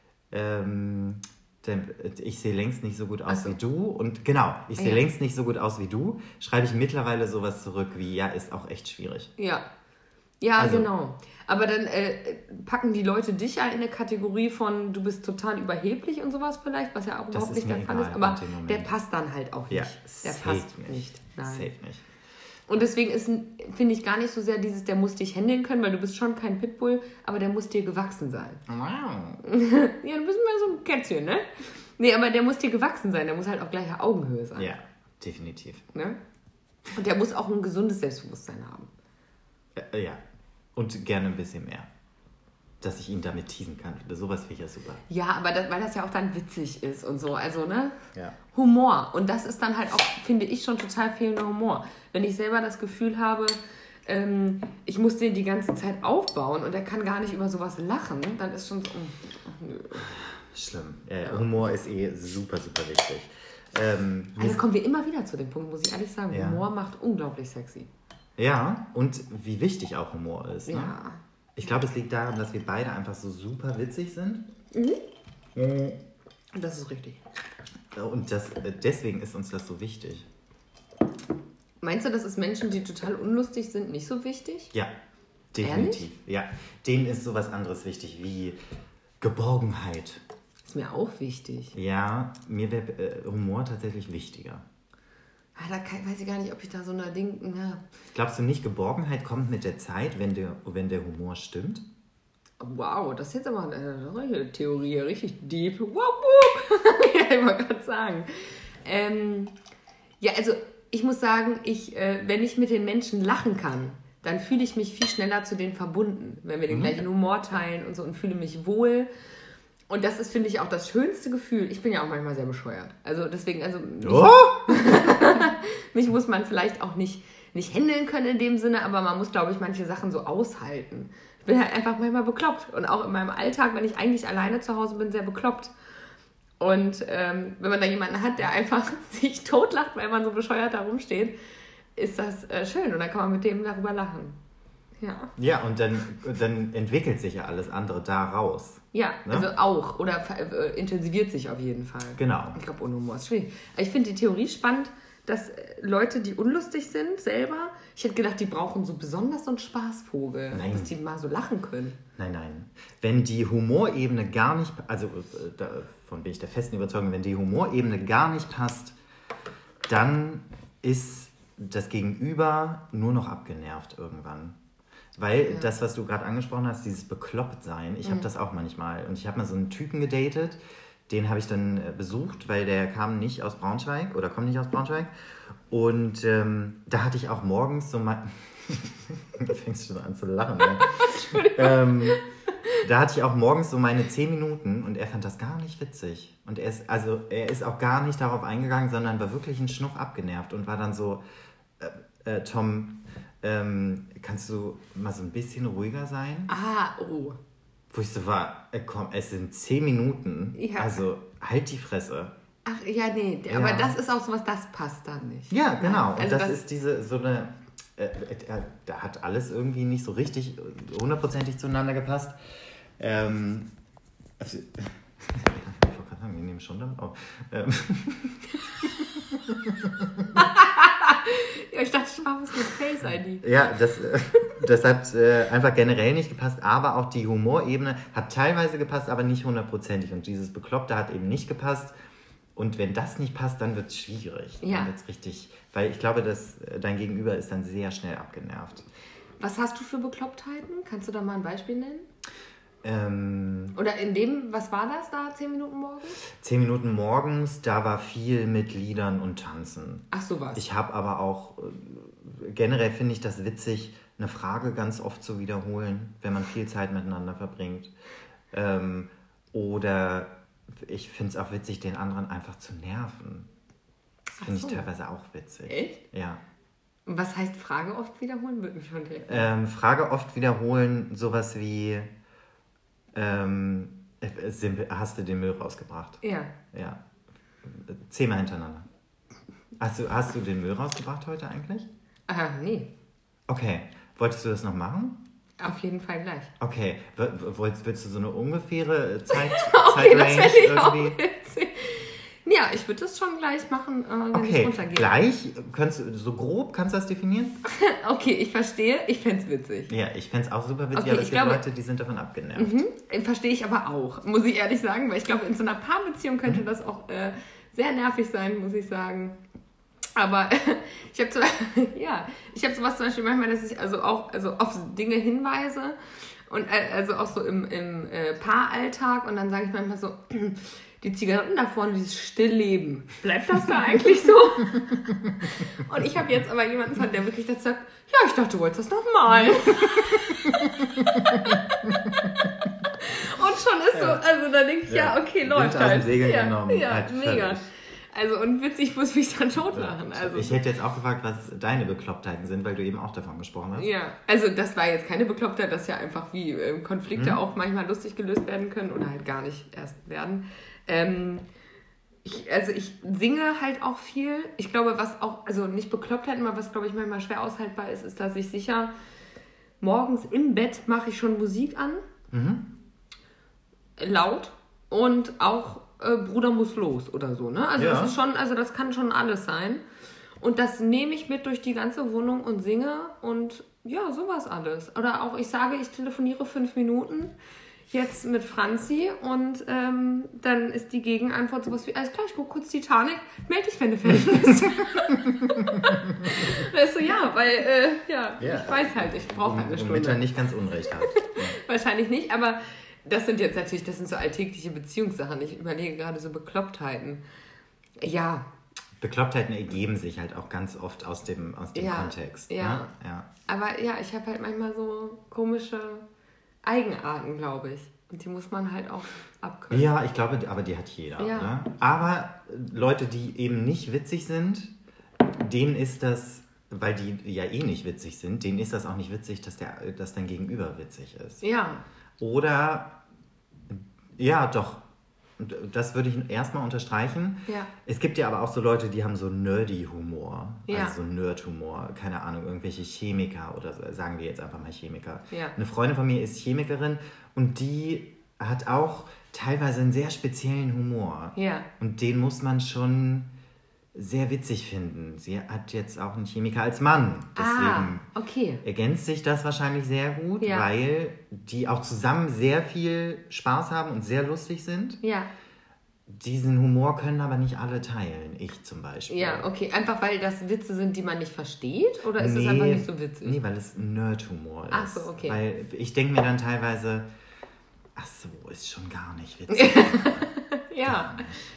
ich sehe längst nicht so gut aus wie du und genau, ich sehe längst nicht so gut aus wie du, schreibe ich mittlerweile sowas zurück wie, ist auch echt schwierig. Ja, also, genau. Aber dann packen die Leute dich ja in eine Kategorie von, du bist total überheblich und sowas vielleicht, was ja auch überhaupt nicht der Fall ist, aber der passt dann halt auch nicht. Ja, der passt nicht. Nein. Safe nicht. Und deswegen finde ich gar nicht so sehr der muss dich handeln können, weil du bist schon kein Pitbull, aber der muss dir gewachsen sein. Wow. Ja, du bist mehr so ein Kätzchen, ne? Nee, aber der muss dir gewachsen sein, der muss halt auf gleicher Augenhöhe sein. Ja, definitiv. Ne? Und der muss auch ein gesundes Selbstbewusstsein haben. Ja, und gerne ein bisschen mehr. dass ich ihn damit teasen kann. Sowas finde ich ja super. Ja, aber weil das ja auch dann witzig ist und so. Also, ne? Ja. Humor. Und das ist dann halt auch, finde ich, schon total fehlender Humor. Wenn ich selber das Gefühl habe, ich muss den die ganze Zeit aufbauen und er kann gar nicht über sowas lachen, dann ist schon so... nö. Schlimm. Ja. Humor ist super, super wichtig. Also kommen wir immer wieder zu dem Punkt, muss ich ehrlich sagen. Ja. Humor macht unglaublich sexy. Ja, und wie wichtig auch Humor ist. Ne? Ja. Ich glaube, es liegt daran, dass wir beide einfach so super witzig sind. Das ist richtig. Und deswegen ist uns das so wichtig. Meinst du, das ist Menschen, die total unlustig sind, nicht so wichtig? Ja, definitiv. Ehrlich? Ja, denen ist sowas anderes wichtig wie Geborgenheit. Ist mir auch wichtig. Ja, mir wäre Humor tatsächlich wichtiger. Da weiß ich gar nicht, ob ich da so eine Ding... Ja. Glaubst du nicht, Geborgenheit kommt mit der Zeit, wenn der Humor stimmt? Wow, das ist jetzt aber eine Theorie, richtig deep. Ja, ich wollte gerade sagen. Ja, also ich muss sagen, wenn ich mit den Menschen lachen kann, dann fühle ich mich viel schneller zu denen verbunden, wenn wir den gleichen Humor teilen und so und fühle mich wohl. Und das ist, finde ich, auch das schönste Gefühl. Ich bin ja auch manchmal sehr bescheuert. Also deswegen, mich muss man vielleicht auch nicht handeln können in dem Sinne, aber man muss, glaube ich, manche Sachen so aushalten. Ich bin halt einfach manchmal bekloppt. Und auch in meinem Alltag, wenn ich eigentlich alleine zu Hause bin, sehr bekloppt. Und wenn man da jemanden hat, der einfach sich totlacht, weil man so bescheuert da rumsteht, ist das schön. Und dann kann man mit dem darüber lachen. Ja. Ja, und dann entwickelt sich ja alles andere daraus. Ja, ne? Also auch. Oder intensiviert sich auf jeden Fall. Genau. Ich glaube, ohne Humor ist schwierig. Ich finde die Theorie spannend, dass Leute, die unlustig sind, selber, ich hätte gedacht, die brauchen so besonders so einen Spaßvogel. Nein. Dass die mal so lachen können. Nein. Wenn die Humorebene gar nicht, also davon bin ich der festen Überzeugung, wenn die Humorebene gar nicht passt, dann ist das Gegenüber nur noch abgenervt irgendwann. Weil das, was du gerade angesprochen hast, dieses Beklopptsein, ich habe das auch manchmal. Und ich habe mal so einen Typen gedatet, den habe ich dann besucht, weil der kam nicht aus Braunschweig oder kommt nicht aus Braunschweig. Und da hatte ich auch morgens so mal... Da fängst du schon an zu lachen. Ne? Da hatte ich auch morgens so meine 10 Minuten und er fand das gar nicht witzig. Und er ist auch gar nicht darauf eingegangen, sondern war wirklich ein Schnuff abgenervt und war dann so, Tom... kannst du mal so ein bisschen ruhiger sein? Wo ich so war, komm, es sind 10 Minuten, also halt die Fresse. Ach, ja, nee, aber das ist auch sowas, das passt dann nicht. Ja, genau, und also das ist so eine, da hat alles irgendwie nicht so richtig 100%ig zueinander gepasst. Also, ich wollte gerade sagen, wir nehmen schon damit auf. Ja, ich dachte, ich mache was mit Face-ID. Ja, das hat einfach generell nicht gepasst, aber auch die Humorebene hat teilweise gepasst, aber nicht 100%ig. Und dieses Bekloppte hat eben nicht gepasst. Und wenn das nicht passt, dann wird es schwierig. Ja. Dann wird es richtig, weil ich glaube, dass dein Gegenüber ist dann sehr schnell abgenervt. Was hast du für Beklopptheiten? Kannst du da mal ein Beispiel nennen? Oder was war das da, 10 Minuten morgens? 10 Minuten morgens, da war viel mit Liedern und Tanzen. Ach, sowas. Ich habe aber auch, generell finde ich das witzig, eine Frage ganz oft zu wiederholen, wenn man viel Zeit miteinander verbringt. Oder ich finde es auch witzig, den anderen einfach zu nerven. Das finde ich teilweise auch witzig. Echt? Ja. Was heißt Frage oft wiederholen? Würde mich schon direkt Frage oft wiederholen, sowas wie... hast du den Müll rausgebracht? Ja. 10-mal hintereinander. Hast du den Müll rausgebracht heute eigentlich? Nee. Okay. Wolltest du das noch machen? Auf jeden Fall gleich. Okay. Willst du so eine ungefähre Zeit okay, das fände ich auch witzig. Ja, ich würde das schon gleich machen, wenn ich runtergehe. Gleich? So grob kannst du das definieren? Okay, ich verstehe. Ich fände es witzig. Ja, ich fände es auch super witzig, aber es gibt Leute, die sind davon abgenervt. Verstehe ich aber auch, muss ich ehrlich sagen, weil ich glaube, in so einer Paarbeziehung könnte das auch sehr nervig sein, muss ich sagen. Aber ich habe sowas zum Beispiel manchmal, dass ich also auf Dinge hinweise und also auch so im Paaralltag und dann sage ich manchmal so... Die Zigaretten da vorne, dieses Stillleben. Bleibt das da eigentlich so? Und ich habe jetzt aber jemanden, der wirklich dazu sagt, ja, ich dachte, du wolltest das nochmal. schon ist so, also da denke ich, ja, okay, läuft halt. Aus dem Segel genommen. Ja, halt mega. Völlig. Also und witzig muss mich dann totlachen. Also. Ich hätte jetzt auch gefragt, was deine Beklopptheiten sind, weil du eben auch davon gesprochen hast. Ja, also das war jetzt keine Beklopptheit, das ist ja einfach wie Konflikte auch manchmal lustig gelöst werden können oder halt gar nicht erst werden. Ich singe halt auch viel. Ich glaube, was auch, also nicht Beklopptheit, aber was glaube ich manchmal schwer aushaltbar ist, ist, dass ich sicher morgens im Bett mache ich schon Musik an. Laut und auch Bruder muss los oder so, ne? Also das ist schon, also das kann schon alles sein. Und das nehme ich mit durch die ganze Wohnung und singe und ja, sowas alles. Oder auch, ich sage, ich telefoniere 5 Minuten jetzt mit Franzi und dann ist die Gegenantwort sowas wie, alles klar, ich gucke kurz Titanic, melde dich, wenn du fertig bist. Weißt du, ja, weil, ich weiß halt, ich brauche halt eine Stunde. Womit er nicht ganz unrecht hat. Wahrscheinlich nicht, aber das sind jetzt natürlich, das sind so alltägliche Beziehungssachen. Ich überlege gerade so Beklopptheiten. Ja. Beklopptheiten ergeben sich halt auch ganz oft aus dem Kontext. Ja. Ne? Ja. Aber ja, ich habe halt manchmal so komische Eigenarten, glaube ich. Und die muss man halt auch abkönnen. Ja, ich glaube, aber die hat jeder. Ja. Ne? Aber Leute, die eben nicht witzig sind, denen ist das, weil die ja eh nicht witzig sind, denen ist das auch nicht witzig, dass dein Gegenüber witzig ist. Ja. Oder, ja, doch, das würde ich erstmal unterstreichen. Ja. Es gibt ja aber auch so Leute, die haben so Nerdy-Humor, also so Nerd-Humor, keine Ahnung, irgendwelche Chemiker oder so, sagen wir jetzt einfach mal Chemiker. Ja. Eine Freundin von mir ist Chemikerin und die hat auch teilweise einen sehr speziellen Humor. Ja. Und den muss man schon sehr witzig finden. Sie hat jetzt auch einen Chemiker als Mann. Deswegen ergänzt sich das wahrscheinlich sehr gut, weil die auch zusammen sehr viel Spaß haben und sehr lustig sind. Ja. Diesen Humor können aber nicht alle teilen. Ich zum Beispiel. Ja, okay. Einfach weil das Witze sind, die man nicht versteht? Oder ist es einfach nicht so witzig? Nee, weil es Nerd-Humor ist. Ach so, okay. Weil ich denke mir dann teilweise, ach so, ist schon gar nicht witzig. Ja.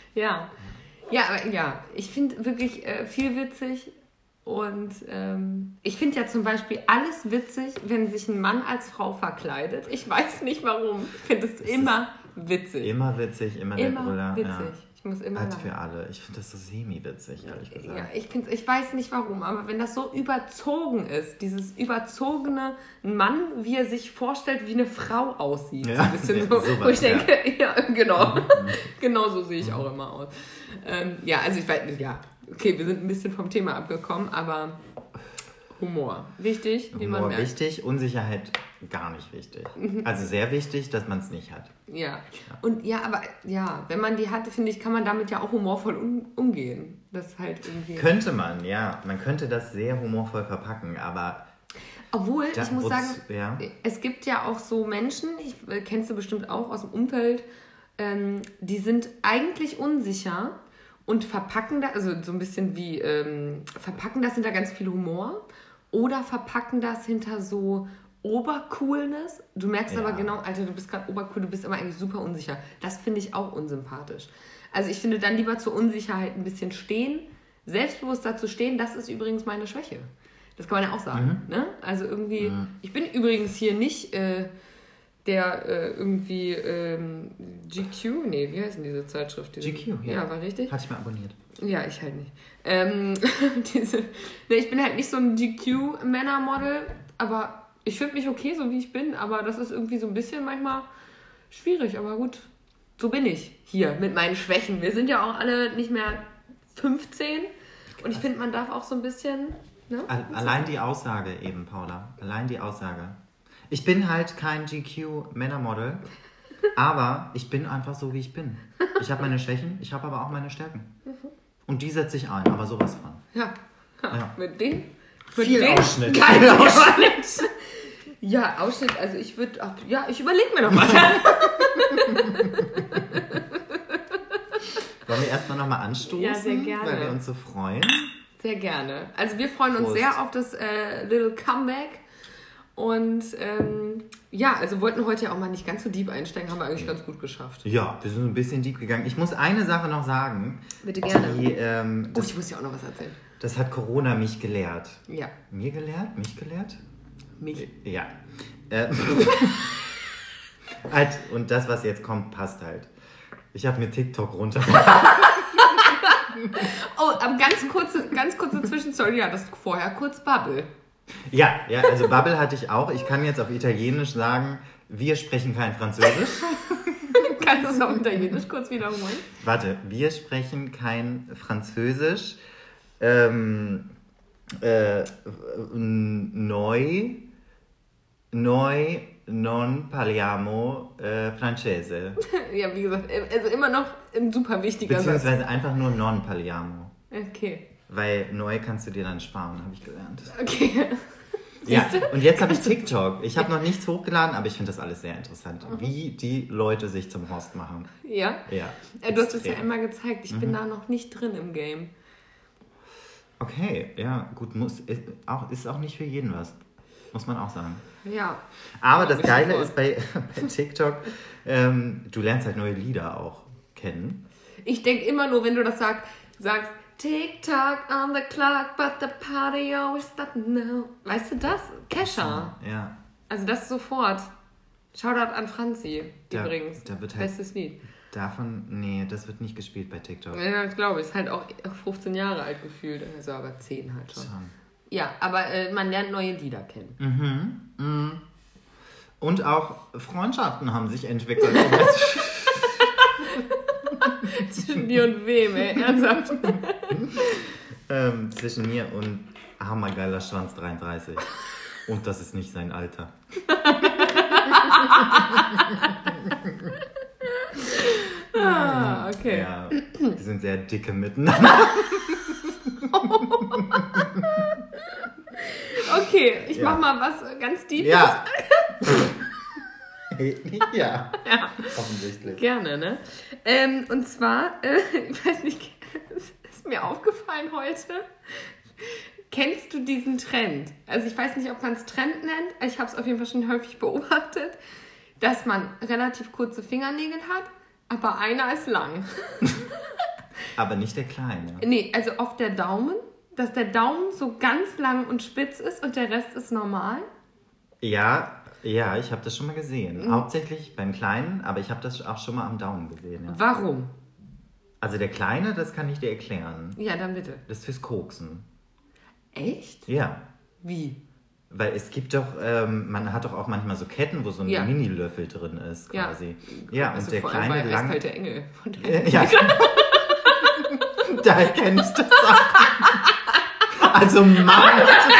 Ja, aber ja, ich finde wirklich viel witzig und ich finde ja zum Beispiel alles witzig, wenn sich ein Mann als Frau verkleidet. Ich weiß nicht warum. Ich finde es immer witzig. Immer witzig, immer der Brüller. Witzig. Ja. Ich muss immer halt für alle. Ich finde das so semi-witzig, ehrlich gesagt. Ja, ich weiß nicht warum, aber wenn das so überzogen ist, dieses überzogene Mann, wie er sich vorstellt, wie eine Frau aussieht. Ja, so ein bisschen so, wo ich denke, ja genau. Genau so sehe ich auch immer aus. Ja, also ich weiß nicht, ja. Okay, wir sind ein bisschen vom Thema abgekommen, aber Humor. Wichtig, wie man merkt. Wichtig, Unsicherheit gar nicht wichtig. Also sehr wichtig, dass man es nicht hat. Ja. Und aber wenn man die hatte, finde ich, kann man damit ja auch humorvoll umgehen. Das halt irgendwie. Könnte man, ja. Man könnte das sehr humorvoll verpacken, aber. Obwohl, ich muss sagen, es gibt ja auch so Menschen, kennst du bestimmt auch aus dem Umfeld, die sind eigentlich unsicher und verpacken das, also so ein bisschen wie, verpacken das hinter ganz viel Humor oder verpacken das hinter so Obercoolness. Du merkst aber genau, Alter, du bist gerade obercool, du bist aber eigentlich super unsicher. Das finde ich auch unsympathisch. Also ich finde dann lieber zur Unsicherheit ein bisschen stehen, selbstbewusst dazu stehen, das ist übrigens meine Schwäche. Das kann man ja auch sagen. Ne? Also irgendwie, ich bin übrigens hier nicht der irgendwie GQ, nee, wie heißt denn diese Zeitschrift? GQ, ja. War richtig? Hatte ich mal abonniert. Ja, ich halt nicht. Ich bin halt nicht so ein GQ-Männermodel, aber ich finde mich okay, so wie ich bin, aber das ist irgendwie so ein bisschen manchmal schwierig, aber gut, so bin ich hier mit meinen Schwächen. Wir sind ja auch alle nicht mehr 15 und ich finde, man darf auch so ein bisschen... Ne? Allein die Aussage eben, Paula, allein die Aussage. Ich bin halt kein GQ-Männermodel, aber ich bin einfach so, wie ich bin. Ich habe meine Schwächen, ich habe aber auch meine Stärken. Und die setze ich ein, aber sowas von. Ja. Mit den... Viel Ausschnitt. Viel Ausschnitt. Ja, Ausschnitt, also ich würde... Ja, ich überlege mir noch was. Wollen wir erstmal nochmal anstoßen? Ja, sehr gerne. Weil wir uns so freuen. Sehr gerne. Also wir freuen uns sehr auf das Little Comeback. Und also wollten heute ja auch mal nicht ganz so deep einsteigen, haben wir eigentlich ganz gut geschafft. Ja, wir sind so ein bisschen deep gegangen. Ich muss eine Sache noch sagen. Bitte gerne. Ich muss ja auch noch was erzählen. Das hat Corona mich gelehrt. Ja. Mir gelehrt? Mich gelehrt? Mich? Ja. Und das, was jetzt kommt, passt halt. Ich habe mir TikTok runtergeladen. Oh, aber ganz kurze Zwischenstory. Ja, das vorher kurz Bubble. Ja, also Bubble hatte ich auch. Ich kann jetzt auf Italienisch sagen, wir sprechen kein Französisch. Kannst du es auf Italienisch kurz wiederholen? Warte, wir sprechen kein Französisch. Noi non parliamo francese. Ja, wie gesagt, also immer noch ein super wichtiger Satz. Beziehungsweise einfach nur non parliamo. Okay. Weil neu kannst du dir dann sparen, habe ich gelernt. Okay. Ja, und jetzt habe ich TikTok. Ich habe noch nichts hochgeladen, aber ich finde das alles sehr interessant, wie die Leute sich zum Host machen. Ja? Ja. Du hast es ja immer gezeigt. Ich bin da noch nicht drin im Game. Okay, ja, gut, ist auch nicht für jeden was. Muss man auch sagen. Ja. Aber das Geile ist bei TikTok, du lernst halt neue Lieder auch kennen. Ich denke immer nur, wenn du das sagst, TikTok on the clock, but the party always starts now. Weißt du das? Kesha. Ja. Also das sofort. Shoutout an Franzi, übrigens. Da wird halt bestes Lied. Nee, das wird nicht gespielt bei TikTok. Ja, ich glaube, ist halt auch 15 Jahre alt gefühlt. Also aber 10 halt schon. Ja, aber man lernt neue Lieder kennen. Und auch Freundschaften haben sich entwickelt. Zwischen dir und wem, ey? Ernsthaft? Zwischen mir und Hammergeiler Schwanz 33. Und das ist nicht sein Alter. Okay. Ja, die sind sehr dicke miteinander. Okay, ich mach mal was ganz Deepes. Ja. Ja, offensichtlich. Gerne, ne? Und zwar, ich weiß nicht, es ist mir aufgefallen heute. Kennst du diesen Trend? Also ich weiß nicht, ob man es Trend nennt. Ich habe es auf jeden Fall schon häufig beobachtet, dass man relativ kurze Fingernägel hat, aber einer ist lang. Aber nicht der Kleine. Nee, also auf der Daumen, dass der Daumen so ganz lang und spitz ist und der Rest ist normal. Ja, ich habe das schon mal gesehen. Hauptsächlich beim Kleinen, aber ich habe das auch schon mal am Daumen gesehen. Ja. Warum? Also der Kleine, das kann ich dir erklären. Ja, dann bitte. Das ist fürs Koksen. Echt? Ja. Wie? Weil es gibt doch, man hat doch auch manchmal so Ketten, wo so ein Mini-Löffel drin ist, quasi. Ja, also und der vor Kleine allem bei lang... Eiskalte Engel. Ja. Da kenne ich das auch. Also Mann...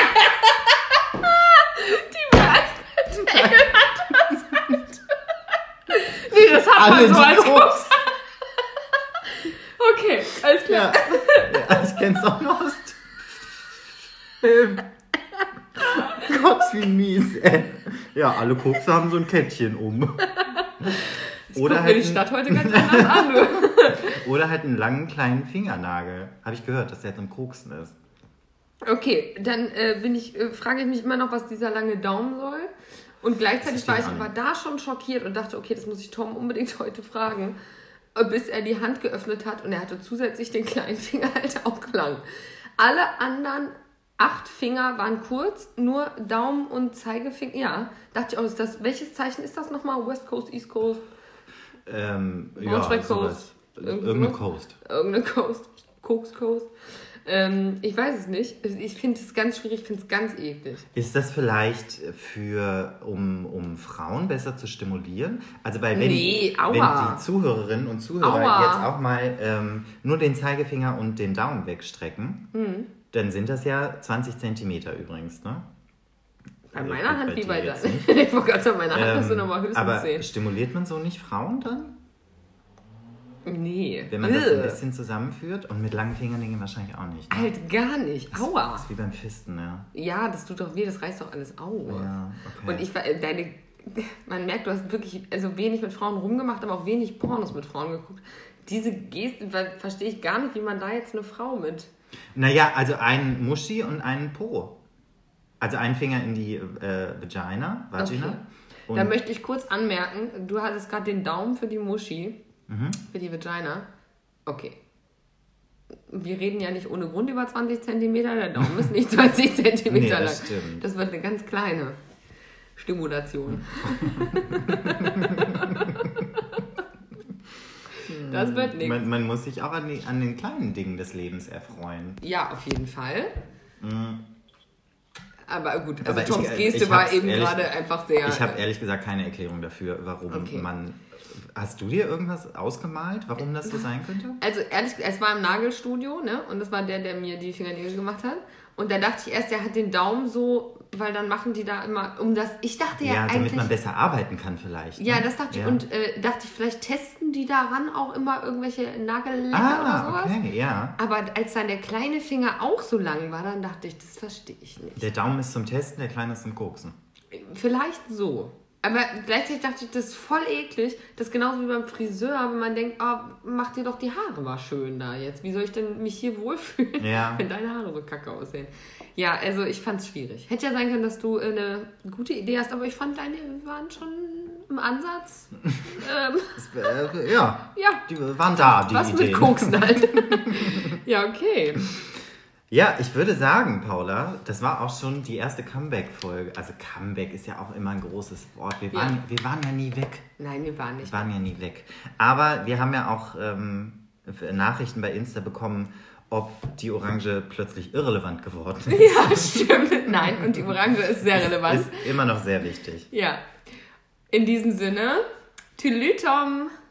Nee, das hat alle man so als Koks. Okay, alles klar. Ja, ich kenn's auch nur aus Film. Gott, wie mies, ey. Ja, alle Koks haben so ein Kettchen um. Oder halt die Stadt heute ganz anders an. Oder halt einen langen, kleinen Fingernagel. Habe ich gehört, dass der zum Koksen ist. Okay, dann frage ich mich immer noch, was dieser lange Daumen soll. Und gleichzeitig war ich aber da schon schockiert und dachte, okay, das muss ich Tom unbedingt heute fragen, bis er die Hand geöffnet hat und er hatte zusätzlich den kleinen Finger halt auch lang. Alle anderen 8 Finger waren kurz, nur Daumen und Zeigefinger. Ja, dachte ich auch, welches Zeichen ist das nochmal? West Coast, East Coast? Coast. Irgendeine Coast. Irgendeine Coast. Koks Coast. Ich weiß es nicht. Ich finde es ganz schwierig, ich finde es ganz eklig. Ist das vielleicht um Frauen besser zu stimulieren? Also wenn die Zuhörerinnen und Zuhörer jetzt auch mal nur den Zeigefinger und den Daumen wegstrecken, dann sind das ja 20 Zentimeter übrigens, ne? Bei meiner Hand wie bei dir. Ich wollte gerade sagen, meine Hand hast du nochmal höchstens aber 10. Stimuliert man so nicht Frauen dann? Nee. Wenn man das ein bisschen zusammenführt und mit langen Fingernägeln wahrscheinlich auch nicht. Ne? Halt gar nicht. Aua. Das ist wie beim Fisten, ja. Ja, das tut doch weh, das reißt doch alles auf. Ja, okay. Und man merkt, du hast wirklich wenig mit Frauen rumgemacht, aber auch wenig Pornos mit Frauen geguckt. Diese Geste, verstehe ich gar nicht, wie man da jetzt eine Frau mit... Naja, also einen Muschi und einen Po. Also einen Finger in die Vagina. Okay. Da möchte ich kurz anmerken, du hattest gerade den Daumen für die Muschi. Für die Vagina. Okay. Wir reden ja nicht ohne Grund über 20 cm. Der Daumen ist nicht 20 cm lang. Das stimmt. Das wird eine ganz kleine. Stimulation. Das wird nichts. Man muss sich auch an den kleinen Dingen des Lebens erfreuen. Ja, auf jeden Fall. Aber gut, also Toms Geste war eben gerade einfach sehr... Ich habe ehrlich gesagt keine Erklärung dafür, warum man... Hast du dir irgendwas ausgemalt, warum das so sein könnte? Also ehrlich, es war im Nagelstudio, ne? Und das war der mir die Fingernägel gemacht hat. Und da dachte ich erst, der hat den Daumen so, weil dann machen die da immer ich dachte ja eigentlich... Ja, damit man besser arbeiten kann vielleicht. Ne? Ja, das dachte ich. Und dachte ich, vielleicht testen die daran auch immer irgendwelche Nagellacker oder sowas. Okay, ja. Aber als dann der kleine Finger auch so lang war, dann dachte ich, das verstehe ich nicht. Der Daumen ist zum Testen, der kleine ist zum Koksen. Vielleicht so. Aber gleichzeitig dachte ich, das ist voll eklig. Das ist genauso wie beim Friseur, wenn man denkt, mach dir doch die Haare mal schön da jetzt. Wie soll ich denn mich hier wohlfühlen, wenn deine Haare so kacke aussehen? Ja, also ich fand es schwierig. Hätte ja sein können, dass du eine gute Idee hast, aber ich fand, deine waren schon im Ansatz. Ja, die waren da, die was Ideen. Mit Koksen halt. Ja, okay. Ja, ich würde sagen, Paula, das war auch schon die erste Comeback-Folge. Also Comeback ist ja auch immer ein großes Wort. Wir waren ja nie weg. Nein, wir waren nicht. Wir waren ja nie weg. Aber wir haben ja auch Nachrichten bei Insta bekommen, ob die Orange plötzlich irrelevant geworden ist. Ja, stimmt. Nein, und die Orange ist sehr relevant. Ist immer noch sehr wichtig. Ja. In diesem Sinne, Tülü Tom.